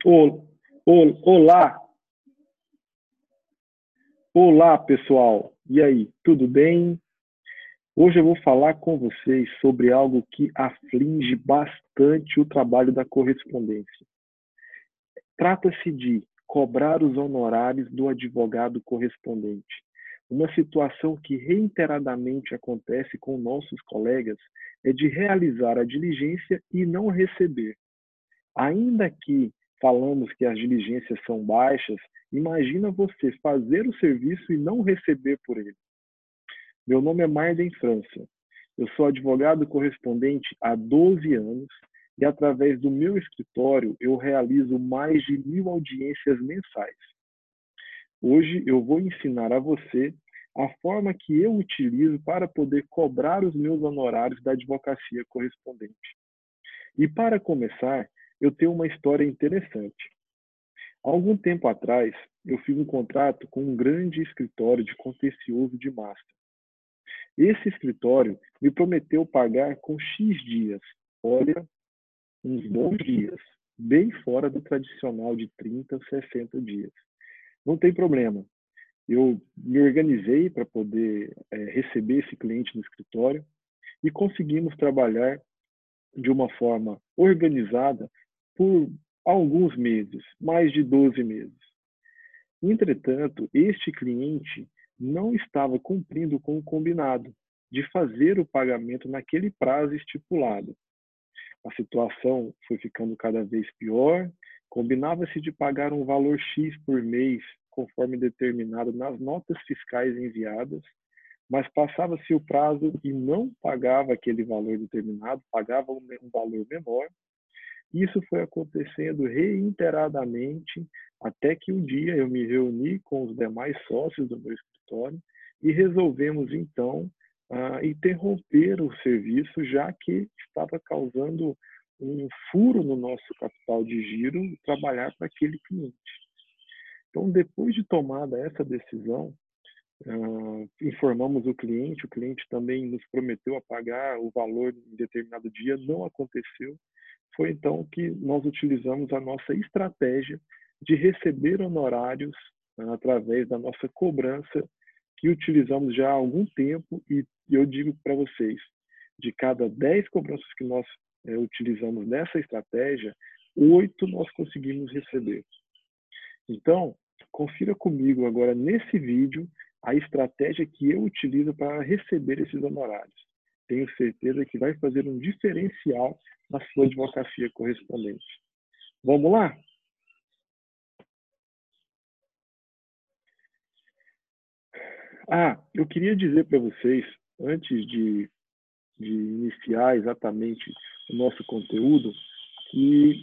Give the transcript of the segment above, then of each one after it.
Ol- Olá, olá pessoal. E aí, tudo bem? Hoje eu vou falar com vocês sobre algo que aflige bastante o trabalho da correspondência. Trata-se de cobrar os honorários do advogado correspondente. Uma situação que reiteradamente acontece com nossos colegas é de realizar a diligência e não receber. Ainda que falamos que as diligências são baixas, imagina você fazer o serviço e não receber por ele. Meu nome é Marden França. Eu sou advogado correspondente há 12 anos e, através do meu escritório, eu realizo mais de 1.000 audiências mensais. Hoje eu vou ensinar a você a forma que eu utilizo para poder cobrar os meus honorários da advocacia correspondente. E para começar, eu tenho uma história interessante. Há algum tempo atrás, eu fiz um contrato com um grande escritório de contencioso de massa. Esse escritório me prometeu pagar com X dias. Olha, uns bons dias, bem fora do tradicional de 30, 60 dias. Não tem problema. Eu me organizei para poder receber esse cliente no escritório e conseguimos trabalhar de uma forma organizada por alguns meses, mais de 12 meses. Entretanto, este cliente não estava cumprindo com o combinado de fazer o pagamento naquele prazo estipulado. A situação foi ficando cada vez pior, combinava-se de pagar um valor X por mês, conforme determinado nas notas fiscais enviadas, mas passava-se o prazo e não pagava aquele valor determinado, pagava um valor menor. Isso foi acontecendo reiteradamente, até que um dia eu me reuni com os demais sócios do meu escritório e resolvemos, então, interromper o serviço, já que estava causando um furo no nosso capital de giro trabalhar para aquele cliente. Então, depois de tomada essa decisão, informamos o cliente também nos prometeu a pagar o valor em determinado dia, não aconteceu. Foi então que nós utilizamos a nossa estratégia de receber honorários através da nossa cobrança, que utilizamos já há algum tempo, e eu digo para vocês, de cada 10 cobranças que nós utilizamos nessa estratégia, 8 nós conseguimos receber. Então, confira comigo agora nesse vídeo a estratégia que eu utilizo para receber esses honorários. Tenho certeza que vai fazer um diferencial na sua advocacia correspondente. Vamos lá? Eu queria dizer para vocês, antes de iniciar exatamente o nosso conteúdo, que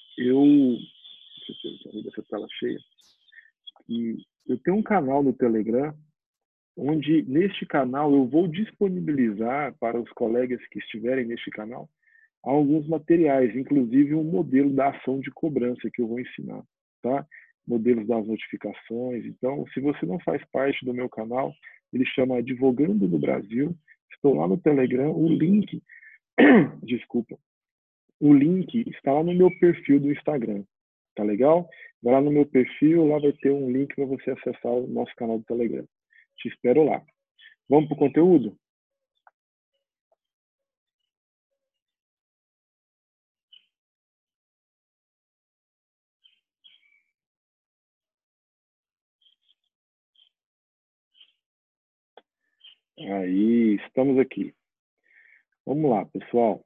deixa eu ver essa tela cheia, que eu tenho um canal no Telegram, onde neste canal eu vou disponibilizar para os colegas que estiverem neste canal alguns materiais, inclusive um modelo da ação de cobrança que eu vou ensinar, tá? Modelos das notificações. Então, se você não faz parte do meu canal, ele chama Advogando no Brasil. Estou lá no Telegram, o link, desculpa, o link está lá no meu perfil do Instagram, tá legal? Vai lá no meu perfil, lá vai ter um link para você acessar o nosso canal do Telegram. Te espero lá. Vamos para o conteúdo? Aí, estamos aqui. Vamos lá, pessoal.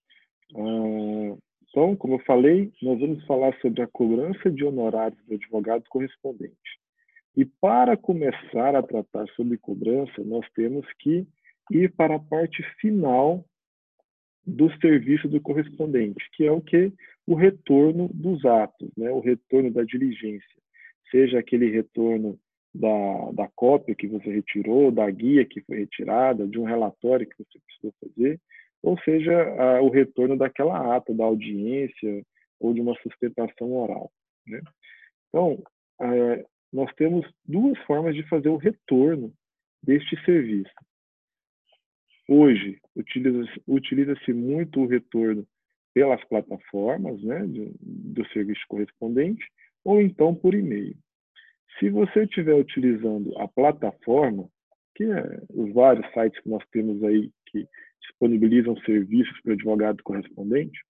Então, como eu falei, nós vamos falar sobre a cobrança de honorários do advogado correspondente. E para começar a tratar sobre cobrança, nós temos que ir para a parte final do serviço do correspondente, que é o que? O retorno dos atos, né? O retorno da diligência. Seja aquele retorno da cópia que você retirou, da guia que foi retirada, de um relatório que você precisou fazer, ou seja, o retorno daquela ata da audiência ou de uma sustentação oral, né? Então, nós temos duas formas de fazer o retorno deste serviço. Hoje, utiliza-se muito o retorno pelas plataformas, né, do serviço correspondente, ou então por e-mail. Se você estiver utilizando a plataforma, que é os vários sites que nós temos aí que disponibilizam serviços para o advogado correspondente,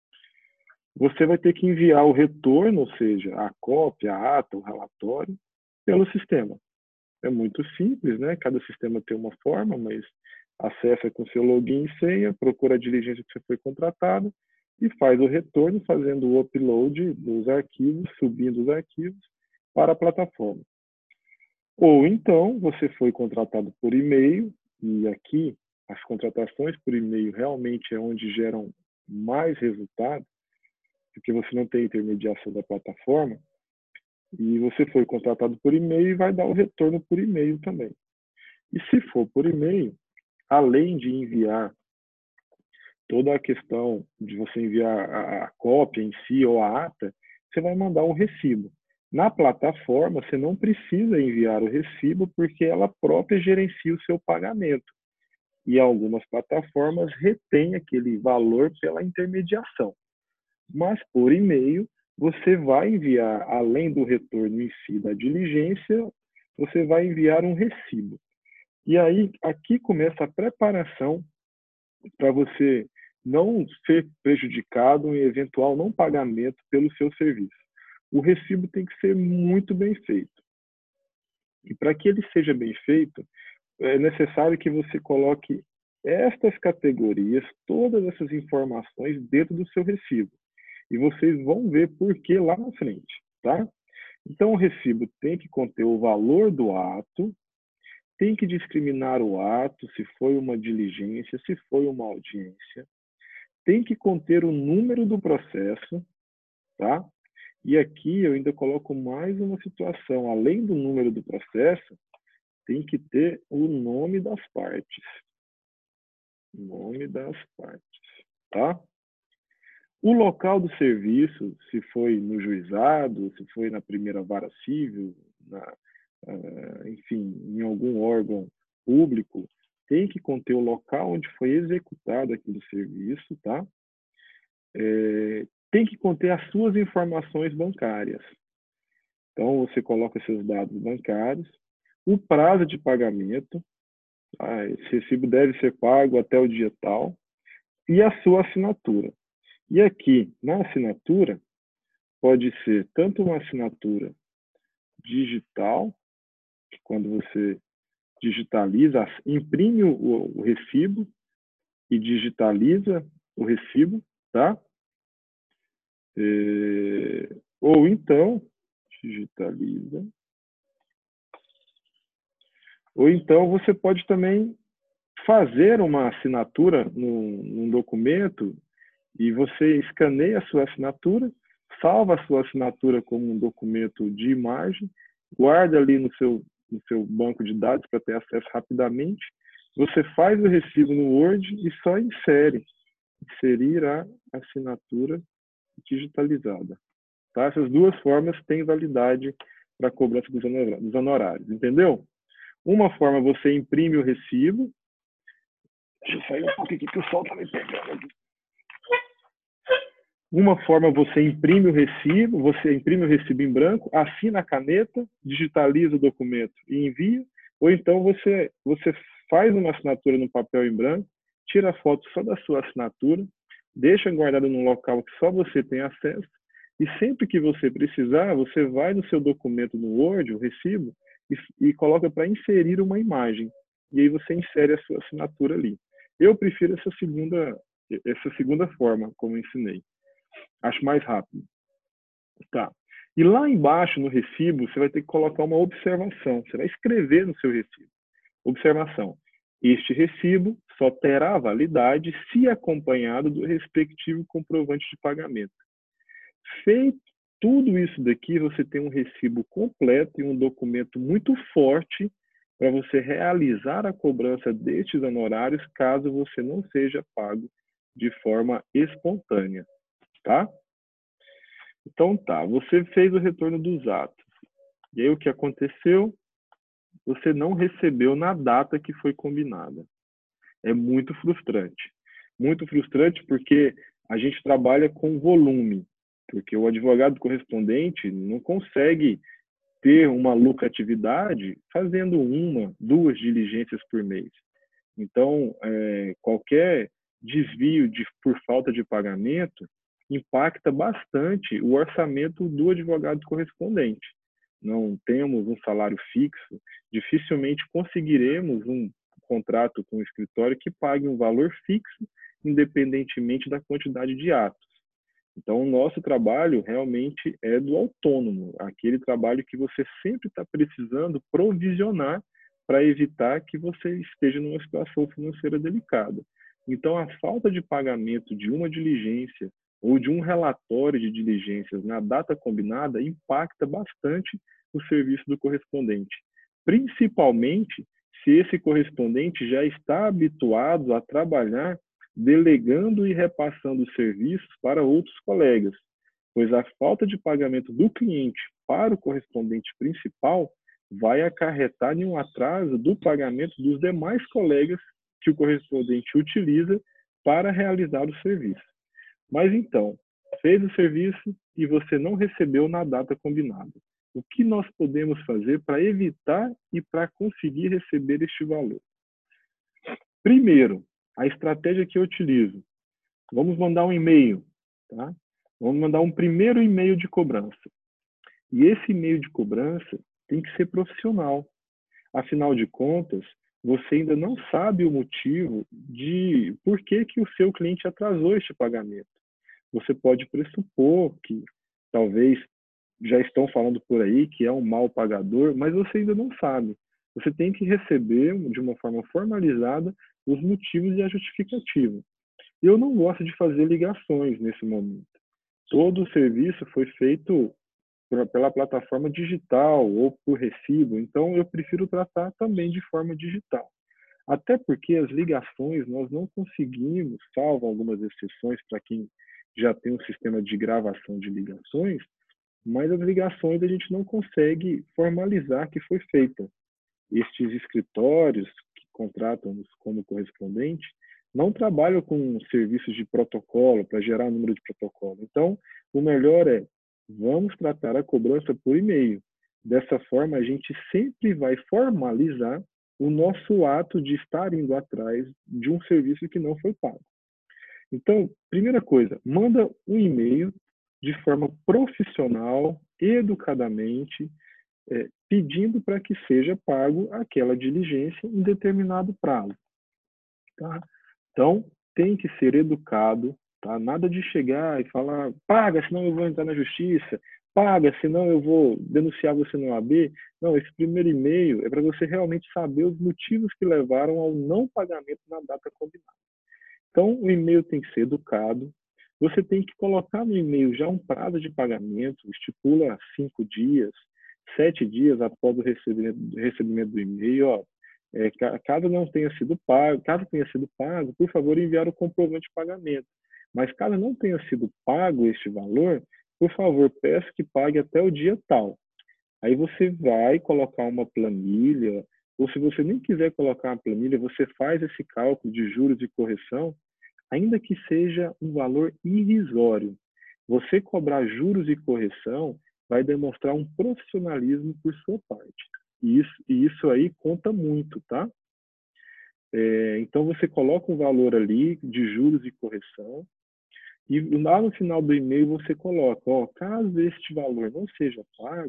você vai ter que enviar o retorno, ou seja, a cópia, a ata, o relatório, pelo sistema. É muito simples, né? Cada sistema tem uma forma, mas acessa com seu login e senha, procura a diligência que você foi contratado e faz o retorno fazendo o upload dos arquivos, subindo os arquivos para a plataforma. Ou então, você foi contratado por e-mail, e aqui as contratações por e-mail realmente é onde geram mais resultado, porque você não tem intermediação da plataforma, e você foi contratado por e-mail e vai dar o retorno por e-mail também. E se for por e-mail, além de enviar toda a questão de você enviar a cópia em si ou a ata, você vai mandar um recibo. Na plataforma, você não precisa enviar o recibo porque ela própria gerencia o seu pagamento. E algumas plataformas retêm aquele valor pela intermediação. Mas por e-mail, você vai enviar, além do retorno em si da diligência, você vai enviar um recibo. E aí, aqui começa a preparação para você não ser prejudicado em eventual não pagamento pelo seu serviço. O recibo tem que ser muito bem feito. E para que ele seja bem feito, é necessário que você coloque estas categorias, todas essas informações dentro do seu recibo. E vocês vão ver por que lá na frente, tá? Então, o recibo tem que conter o valor do ato, tem que discriminar o ato, se foi uma diligência, se foi uma audiência, tem que conter o número do processo, tá? E aqui eu ainda coloco mais uma situação, além do número do processo, tem que ter o nome das partes. Nome das partes, tá? O local do serviço, se foi no juizado, se foi na primeira vara civil, enfim, em algum órgão público, tem que conter o local onde foi executado aquele serviço, tá? Tem que conter as suas informações bancárias. Então, você coloca seus dados bancários, o prazo de pagamento, tá? Esse recibo deve ser pago até o dia tal, e a sua assinatura. E aqui, na assinatura, pode ser tanto uma assinatura digital, que quando você digitaliza, imprime o recibo e digitaliza o recibo, tá? Ou então, digitaliza. Ou então você pode também fazer uma assinatura num documento e você escaneia a sua assinatura, salva a sua assinatura como um documento de imagem, guarda ali no seu banco de dados para ter acesso rapidamente. Você faz o recibo no Word e só inserir a assinatura digitalizada. Tá? Essas duas formas têm validade para a cobrança dos honorários, entendeu? Uma forma, você imprime o recibo. Deixa eu sair um pouco aqui que o sol está me pegando aqui. Uma forma, você imprime o recibo em branco, assina a caneta, digitaliza o documento e envia, ou então você faz uma assinatura no papel em branco, tira a foto só da sua assinatura, deixa guardado num local que só você tem acesso, e sempre que você precisar, você vai no seu documento no Word, o recibo, e coloca para inserir uma imagem. E aí você insere a sua assinatura ali. Eu prefiro essa segunda forma, como eu ensinei. Acho mais rápido. Tá. E lá embaixo no recibo, você vai ter que colocar uma observação. Você vai escrever no seu recibo. Observação. Este recibo só terá validade se acompanhado do respectivo comprovante de pagamento. Feito tudo isso daqui, você tem um recibo completo e um documento muito forte para você realizar a cobrança destes honorários caso você não seja pago de forma espontânea, tá? Então tá, você fez o retorno dos atos. E aí o que aconteceu? Você não recebeu na data que foi combinada. É muito frustrante. Muito frustrante porque a gente trabalha com volume, porque o advogado correspondente não consegue ter uma lucratividade fazendo uma, duas diligências por mês. Então, qualquer desvio por falta de pagamento impacta bastante o orçamento do advogado correspondente. Não temos um salário fixo, dificilmente conseguiremos um contrato com o escritório que pague um valor fixo, independentemente da quantidade de atos. Então, o nosso trabalho realmente é do autônomo, aquele trabalho que você sempre está precisando provisionar para evitar que você esteja numa situação financeira delicada. Então, a falta de pagamento de uma diligência ou de um relatório de diligências na data combinada impacta bastante o serviço do correspondente, principalmente se esse correspondente já está habituado a trabalhar delegando e repassando serviços para outros colegas, pois a falta de pagamento do cliente para o correspondente principal vai acarretar em um atraso do pagamento dos demais colegas que o correspondente utiliza para realizar o serviço. Mas então, fez o serviço e você não recebeu na data combinada. O que nós podemos fazer para evitar e para conseguir receber este valor? Primeiro, a estratégia que eu utilizo. Vamos mandar um e-mail, tá? Vamos mandar um primeiro e-mail de cobrança. E esse e-mail de cobrança tem que ser profissional. Afinal de contas, você ainda não sabe o motivo de por que o seu cliente atrasou este pagamento. Você pode pressupor que talvez já estão falando por aí que é um mau pagador, mas você ainda não sabe. Você tem que receber de uma forma formalizada os motivos e a justificativa. Eu não gosto de fazer ligações nesse momento. Todo o serviço foi feito pela plataforma digital ou por recibo, então eu prefiro tratar também de forma digital. Até porque as ligações nós não conseguimos, salvo algumas exceções para quem já tem um sistema de gravação de ligações, mas as ligações a gente não consegue formalizar que foi feita. Estes escritórios que contratam-nos como correspondente não trabalham com serviços de protocolo para gerar número de protocolo. Então, o melhor é vamos tratar a cobrança por e-mail. Dessa forma, a gente sempre vai formalizar o nosso ato de estar indo atrás de um serviço que não foi pago. Então, primeira coisa, manda um e-mail de forma profissional, educadamente, pedindo para que seja pago aquela diligência em determinado prazo. Tá? Então, tem que ser educado, tá? Nada de chegar e falar, paga, senão eu vou entrar na justiça, paga, senão eu vou denunciar você no OAB. Não, esse primeiro e-mail é para você realmente saber os motivos que levaram ao não pagamento na data combinada. Então, o e-mail tem que ser educado. Você tem que colocar no e-mail já um prazo de pagamento, estipula 5 dias, 7 dias após o recebimento do e-mail. Caso não tenha sido pago, caso tenha sido pago, por favor, enviar o comprovante de pagamento. Mas caso não tenha sido pago este valor, por favor, peço que pague até o dia tal. Aí você vai colocar uma planilha, ou se você nem quiser colocar uma planilha, você faz esse cálculo de juros e correção, ainda que seja um valor irrisório. Você cobrar juros e correção vai demonstrar um profissionalismo por sua parte. E isso aí conta muito, tá? Então, você coloca um valor ali de juros e correção, e lá no final do e-mail você coloca, caso este valor não seja pago,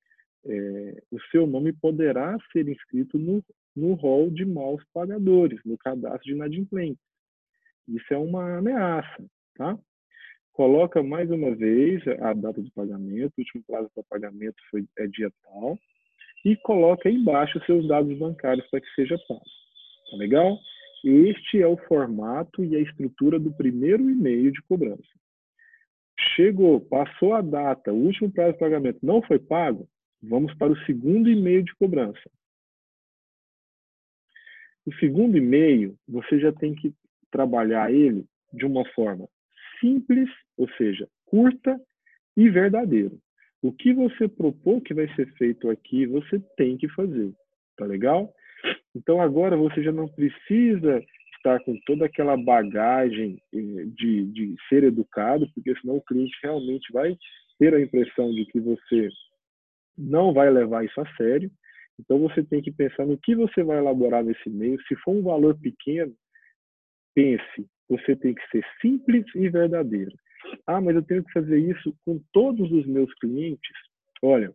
o seu nome poderá ser inscrito no rol de maus pagadores, no cadastro de inadimplentes. Isso é uma ameaça, tá? Coloca mais uma vez a data de pagamento, o último prazo para pagamento é dia tal, e coloca aí embaixo os seus dados bancários para que seja pago. Tá legal? Este é o formato e a estrutura do primeiro e-mail de cobrança. Chegou, passou a data, o último prazo de pagamento não foi pago, vamos para o segundo e-mail de cobrança. O segundo e-mail, você já tem que trabalhar ele de uma forma simples, ou seja, curta e verdadeira. O que você propôs que vai ser feito aqui, você tem que fazer. Tá legal? Então, agora você já não precisa estar com toda aquela bagagem de ser educado, porque senão o cliente realmente vai ter a impressão de que você não vai levar isso a sério. Então, você tem que pensar no que você vai elaborar nesse e-mail. Se for um valor pequeno, pense, você tem que ser simples e verdadeiro. Ah, mas eu tenho que fazer isso com todos os meus clientes? Olha,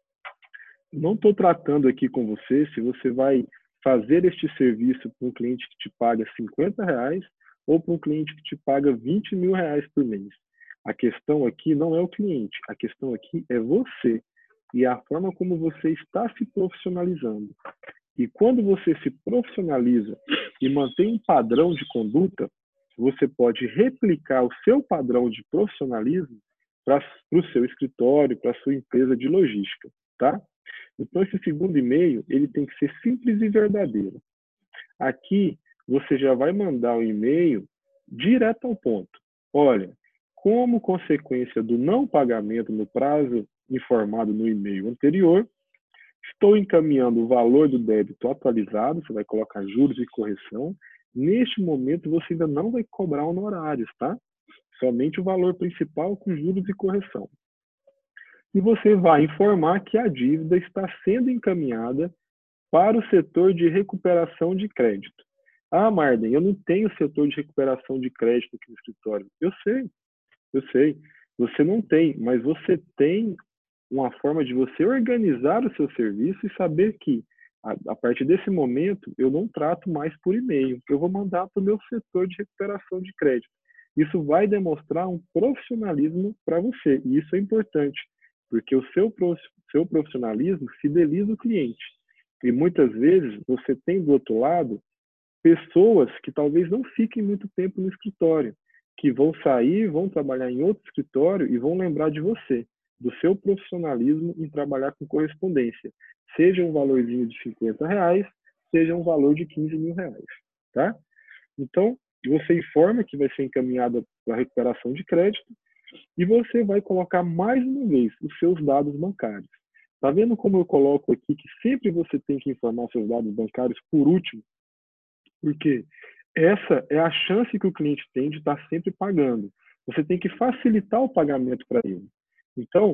não estou tratando aqui com você se você vai fazer este serviço para um cliente que te paga R$ 50 ou para um cliente que te paga R$ 20.000 por mês. A questão aqui não é o cliente, a questão aqui é você e a forma como você está se profissionalizando. E quando você se profissionaliza e mantém um padrão de conduta, você pode replicar o seu padrão de profissionalismo para o seu escritório, para a sua empresa de logística, tá? Então, esse segundo e-mail, ele tem que ser simples e verdadeiro. Aqui, você já vai mandar um e-mail direto ao ponto. Olha, como consequência do não pagamento no prazo informado no e-mail anterior, estou encaminhando o valor do débito atualizado, você vai colocar juros e correção. Neste momento, você ainda não vai cobrar honorários, tá? Somente o valor principal com juros e correção. E você vai informar que a dívida está sendo encaminhada para o setor de recuperação de crédito. Ah, Marden, eu não tenho setor de recuperação de crédito aqui no escritório. Eu sei. Você não tem, mas você tem uma forma de você organizar o seu serviço e saber que, a partir desse momento, eu não trato mais por e-mail, eu vou mandar para o meu setor de recuperação de crédito. Isso vai demonstrar um profissionalismo para você, e isso é importante, porque o seu profissionalismo fideliza o cliente. E muitas vezes você tem do outro lado pessoas que talvez não fiquem muito tempo no escritório, que vão sair, vão trabalhar em outro escritório e vão lembrar de você, do seu profissionalismo em trabalhar com correspondência. Seja um valorzinho de R$ 50, seja um valor de R$ 15.000, tá? Então, você informa que vai ser encaminhada para a recuperação de crédito e você vai colocar mais uma vez os seus dados bancários. Tá vendo como eu coloco aqui que sempre você tem que informar seus dados bancários por último? Porque essa é a chance que o cliente tem de estar sempre pagando. Você tem que facilitar o pagamento para ele. Então,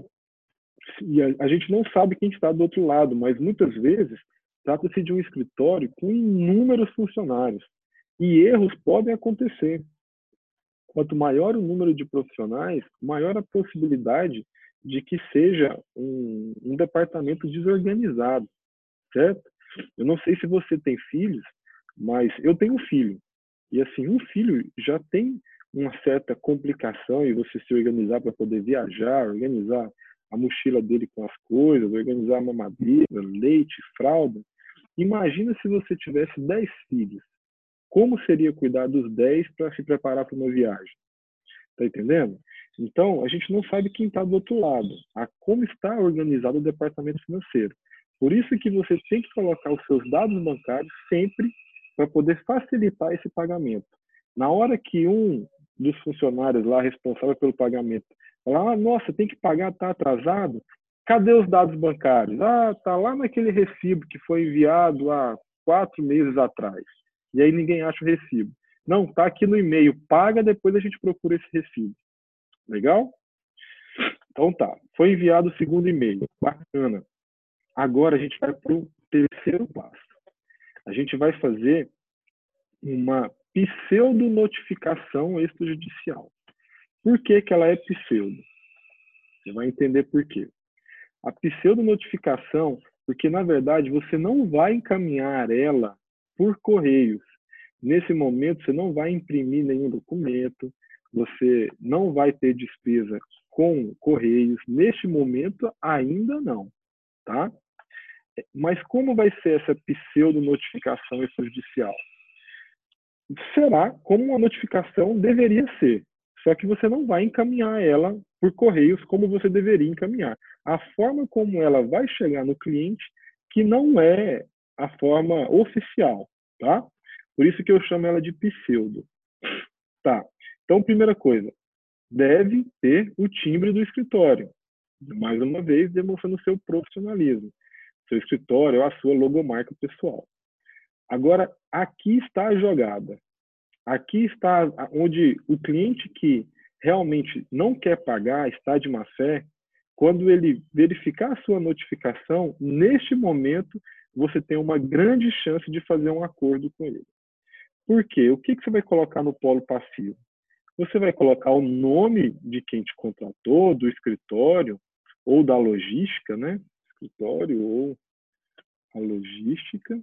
a gente não sabe quem está do outro lado, mas muitas vezes trata-se de um escritório com inúmeros funcionários. E erros podem acontecer. Quanto maior o número de profissionais, maior a possibilidade de que seja um departamento desorganizado, certo? Eu não sei se você tem filhos, mas eu tenho um filho. E assim, um filho já tem uma certa complicação em você se organizar para poder viajar, organizar a mochila dele com as coisas, organizar a mamadeira, leite, fralda. Imagina se você tivesse 10 filhos. Como seria cuidar dos 10 para se preparar para uma viagem? Tá entendendo? Então, a gente não sabe quem está do outro lado, como está organizado o departamento financeiro. Por isso que você tem que colocar os seus dados bancários sempre para poder facilitar esse pagamento. Na hora que um dos funcionários lá responsável pelo pagamento falar, nossa, tem que pagar, está atrasado, cadê os dados bancários? Ah, está lá naquele recibo que foi enviado há 4 meses atrás. E aí ninguém acha o recibo. Não, está aqui no e-mail, paga, depois a gente procura esse recibo. Legal? Então tá, foi enviado o segundo e-mail, bacana. Agora a gente vai para o terceiro passo. A gente vai fazer uma pseudo-notificação extrajudicial. Por que que ela é pseudo? Você vai entender por quê. A pseudo-notificação, porque na verdade você não vai encaminhar ela por correios. Nesse momento você não vai imprimir nenhum documento, você não vai ter despesa com correios. Neste momento ainda não, tá? Mas como vai ser essa pseudo-notificação extrajudicial? Será como uma notificação deveria ser, só que você não vai encaminhar ela por correios como você deveria encaminhar. A forma como ela vai chegar no cliente que não é a forma oficial, tá? Por isso que eu chamo ela de pseudo. Tá. Então, primeira coisa, deve ter o timbre do escritório. Mais uma vez, demonstrando o seu profissionalismo. Seu escritório é a sua logomarca pessoal. Agora, aqui está a jogada. Aqui está onde o cliente que realmente não quer pagar, está de má fé, quando ele verificar a sua notificação, neste momento, você tem uma grande chance de fazer um acordo com ele. Por quê? O que você vai colocar no polo passivo? Você vai colocar o nome de quem te contratou, do escritório, ou da logística, né? Escritório ou a logística.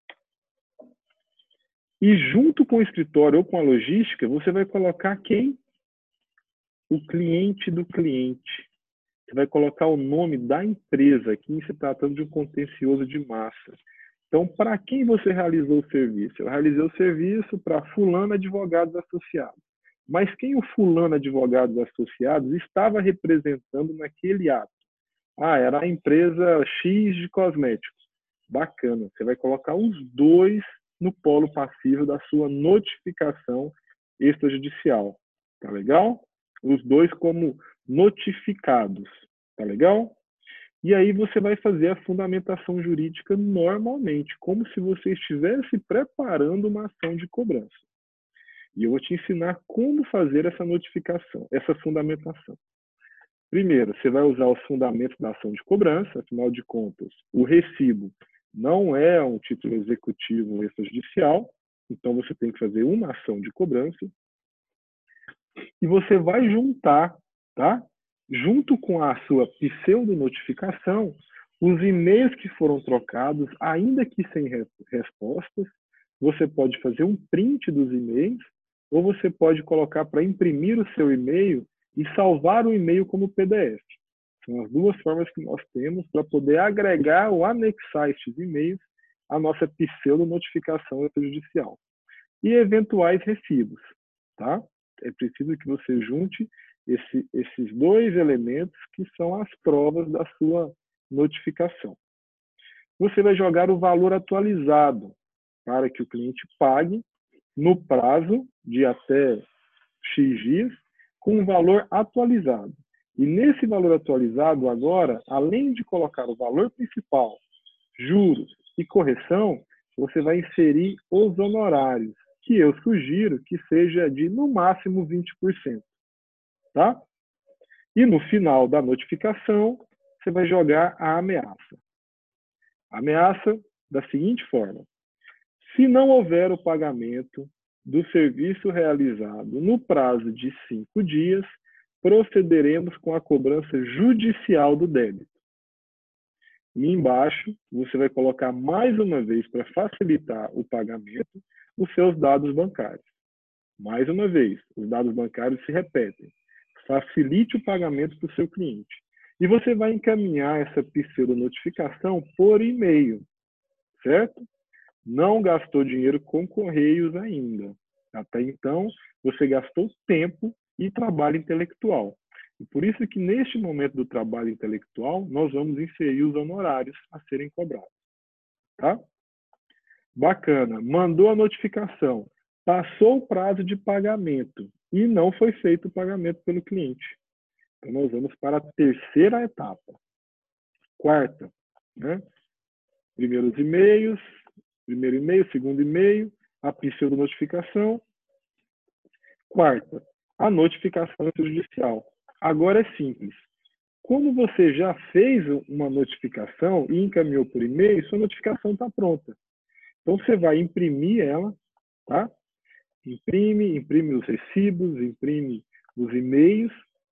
E junto com o escritório ou com a logística, você vai colocar quem? O cliente do cliente. Você vai colocar o nome da empresa, aqui se tratando de um contencioso de massa. Então, para quem você realizou o serviço? Eu realizei o serviço para fulano advogados associados. Mas quem o fulano advogados associados estava representando naquele ato? Era a empresa X de cosméticos. Bacana. Você vai colocar os dois no polo passivo da sua notificação extrajudicial. Tá legal? Os dois como notificados. Tá legal? E aí você vai fazer a fundamentação jurídica normalmente, como se você estivesse preparando uma ação de cobrança. E eu vou te ensinar como fazer essa notificação, essa fundamentação. Primeiro, você vai usar os fundamentos da ação de cobrança, afinal de contas, o recibo não é um título executivo extrajudicial, então você tem que fazer uma ação de cobrança. E você vai juntar, tá? Junto com a sua pseudo-notificação, os e-mails que foram trocados, ainda que sem respostas, você pode fazer um print dos e-mails, ou você pode colocar para imprimir o seu e-mail e salvar o e-mail como PDF. São as duas formas que nós temos para poder agregar ou anexar estes e-mails à nossa pseudo-notificação extrajudicial. E eventuais recibos, tá? É preciso que você junte esses dois elementos que são as provas da sua notificação. Você vai jogar o valor atualizado para que o cliente pague no prazo de até X dias com um valor atualizado. E nesse valor atualizado, agora, além de colocar o valor principal, juros e correção, você vai inserir os honorários, que eu sugiro que seja de, no máximo, 20%. Tá? E no final da notificação, você vai jogar a ameaça. A ameaça da seguinte forma: se não houver o pagamento do serviço realizado no prazo de 5 dias, procederemos com a cobrança judicial do débito. E embaixo, você vai colocar mais uma vez, para facilitar o pagamento, os seus dados bancários. Mais uma vez, os dados bancários se repetem. Facilite o pagamento para o seu cliente. E você vai encaminhar essa pseudo-notificação por e-mail, certo? Não gastou dinheiro com correios ainda. Até então, você gastou tempo e trabalho intelectual. E por isso que neste momento do trabalho intelectual, nós vamos inserir os honorários a serem cobrados. Tá? Bacana. Mandou a notificação. Passou o prazo de pagamento e não foi feito o pagamento pelo cliente. Então, nós vamos para a terceira etapa. Quarta, né? Primeiros e-mails, primeiro e-mail, segundo e-mail, a pseudo-notificação. Quarta, a notificação judicial. Agora é simples. Como você já fez uma notificação e encaminhou por e-mail, sua notificação está pronta. Então, você vai imprimir ela, tá? Imprime os recibos, imprime os e-mails,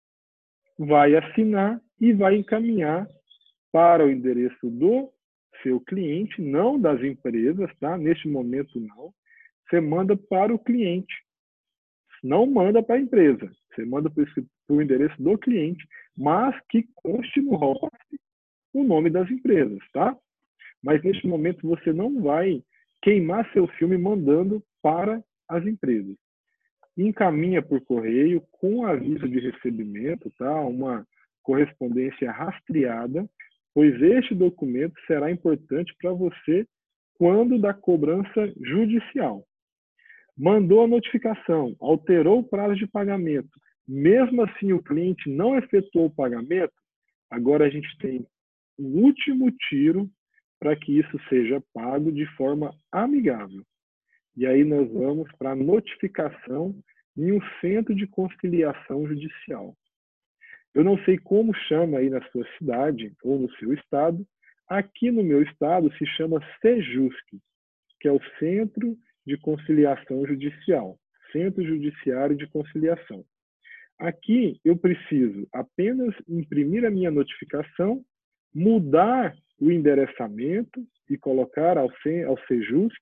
vai assinar e vai encaminhar para o endereço do seu cliente, não das empresas, tá? Neste momento, não. Você manda para o cliente. Não manda para a empresa. Você manda para o endereço do cliente, mas que conste no ROP o nome das empresas, tá? Mas neste momento você não vai queimar seu filme mandando para as empresas. Encaminha por correio com aviso de recebimento, tá? Uma correspondência rastreada, pois este documento será importante para você quando da cobrança judicial. Mandou a notificação, alterou o prazo de pagamento, mesmo assim o cliente não efetuou o pagamento, agora a gente tem um último tiro para que isso seja pago de forma amigável. E aí nós vamos para a notificação em um centro de conciliação judicial. Eu não sei como chama aí na sua cidade ou no seu estado. Aqui no meu estado se chama Sejusc, que é o Centro de Conciliação Judicial, Centro Judiciário de Conciliação. Aqui eu preciso apenas imprimir a minha notificação, mudar o endereçamento e colocar ao Sejusc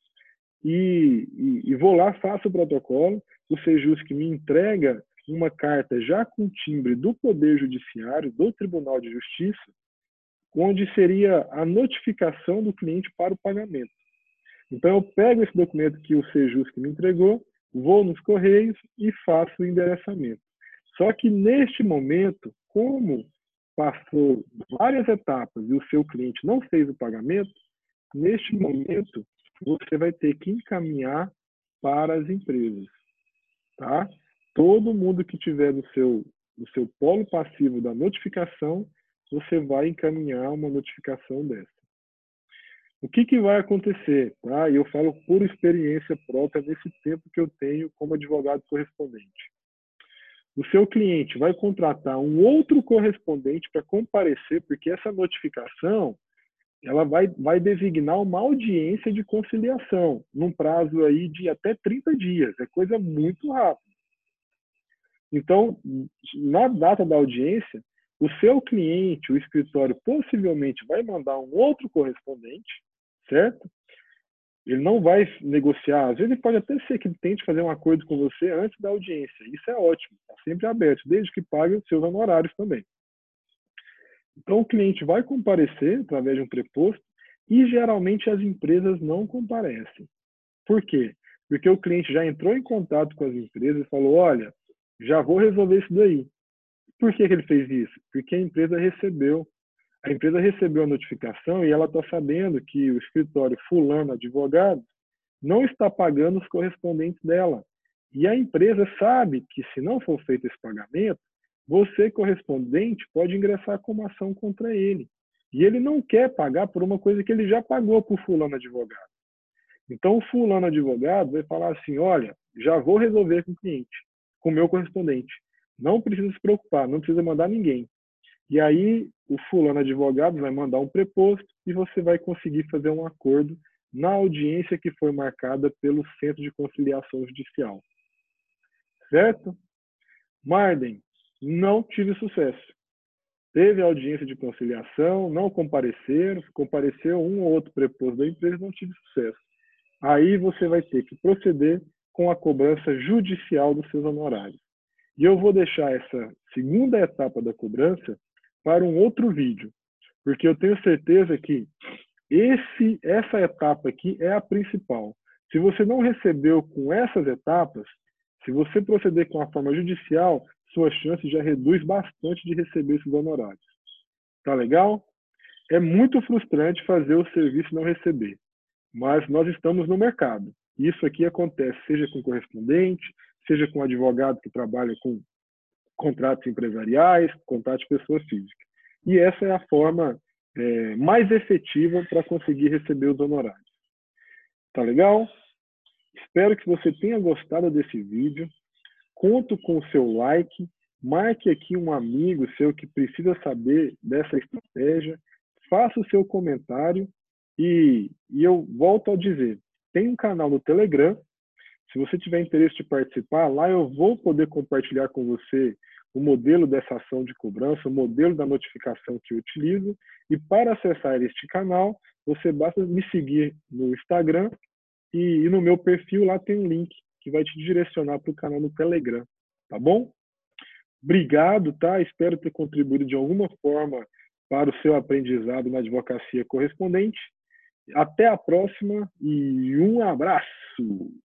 e vou lá, faço o protocolo, o Sejusc me entrega uma carta já com timbre do Poder Judiciário, do Tribunal de Justiça, onde seria a notificação do cliente para o pagamento. Então, eu pego esse documento que o Sejusc me entregou, vou nos Correios e faço o endereçamento. Só que, neste momento, como passou várias etapas e o seu cliente não fez o pagamento, neste momento, você vai ter que encaminhar para as empresas. Tá? Todo mundo que tiver no seu polo passivo da notificação, você vai encaminhar uma notificação dessa. O que vai acontecer? Tá? E eu falo por experiência própria nesse tempo que eu tenho como advogado correspondente. O seu cliente vai contratar um outro correspondente para comparecer, porque essa notificação ela vai designar uma audiência de conciliação, num prazo aí de até 30 dias. É coisa muito rápida. Então, na data da audiência, o seu cliente, o escritório, possivelmente vai mandar um outro correspondente, certo? Ele não vai negociar. Às vezes pode até ser que ele tente fazer um acordo com você antes da audiência. Isso é ótimo, está sempre aberto, desde que pague os seus honorários também. Então, o cliente vai comparecer através de um preposto e, geralmente, as empresas não comparecem. Por quê? Porque o cliente já entrou em contato com as empresas e falou, olha, já vou resolver isso daí. Por que ele fez isso? Porque a empresa recebeu a notificação e ela está sabendo que o escritório fulano advogado não está pagando os correspondentes dela. E a empresa sabe que, se não for feito esse pagamento, você, correspondente, pode ingressar com uma ação contra ele. E ele não quer pagar por uma coisa que ele já pagou para o fulano advogado. Então, o fulano advogado vai falar assim, olha, já vou resolver com o cliente, com o meu correspondente. Não precisa se preocupar, não precisa mandar ninguém. E aí, o fulano advogado vai mandar um preposto e você vai conseguir fazer um acordo na audiência que foi marcada pelo Centro de Conciliação Judicial. Certo? Marden, não tive sucesso. Teve audiência de conciliação, não compareceram, compareceu um ou outro preposto da empresa, não tive sucesso. Aí você vai ter que proceder com a cobrança judicial dos seus honorários. E eu vou deixar essa segunda etapa da cobrança para um outro vídeo, porque eu tenho certeza que essa etapa aqui é a principal. Se você não recebeu com essas etapas, se você proceder com a forma judicial, sua chance já reduz bastante de receber esses honorários. Tá legal? É muito frustrante fazer o serviço e não receber, mas nós estamos no mercado. Isso aqui acontece seja com correspondente, seja com advogado que trabalha com contratos empresariais, contratos de pessoa física. E essa é a forma mais efetiva para conseguir receber os honorários. Tá legal? Espero que você tenha gostado desse vídeo. Conto com o seu like. Marque aqui um amigo seu que precisa saber dessa estratégia. Faça o seu comentário. E eu volto a dizer, tem um canal no Telegram. Se você tiver interesse de participar, lá eu vou poder compartilhar com você o modelo dessa ação de cobrança, o modelo da notificação que eu utilizo. E para acessar este canal, você basta me seguir no Instagram e no meu perfil lá tem um link que vai te direcionar para o canal no Telegram, tá bom? Obrigado, tá? Espero ter contribuído de alguma forma para o seu aprendizado na advocacia correspondente. Até a próxima e um abraço!